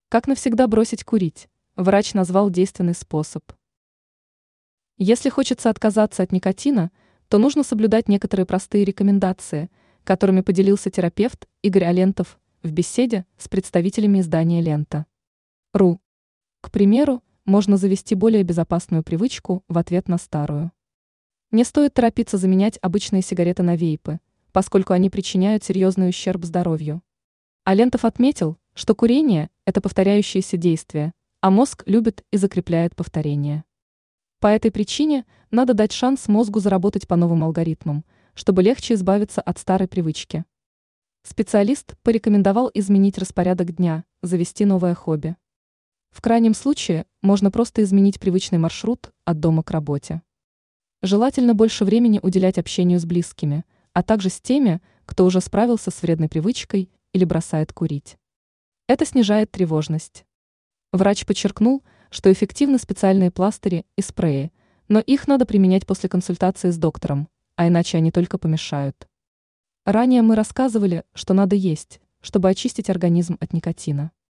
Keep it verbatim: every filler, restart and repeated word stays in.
Как навсегда бросить курить? Врач назвал действенный способ. Если хочется отказаться от никотина, то нужно соблюдать некоторые простые рекомендации, которыми поделился терапевт Игорь Алентов в беседе с представителями издания «Лента точка ру». К примеру, можно завести более безопасную привычку в ответ на старую. Не стоит торопиться заменять обычные сигареты на вейпы, поскольку они причиняют серьезный ущерб здоровью. Алентов отметил, что курение – это повторяющееся действие, а мозг любит и закрепляет повторение. По этой причине надо дать шанс мозгу заработать по новым алгоритмам, чтобы легче избавиться от старой привычки. Специалист порекомендовал изменить распорядок дня, завести новое хобби. В крайнем случае можно просто изменить привычный маршрут от дома к работе. Желательно больше времени уделять общению с близкими, а также с теми, кто уже справился с вредной привычкой или бросает курить. Это снижает тревожность. Врач подчеркнул, что эффективны специальные пластыри и спреи, но их надо применять после консультации с доктором, а иначе они только помешают. Ранее мы рассказывали, что надо есть, чтобы очистить организм от никотина.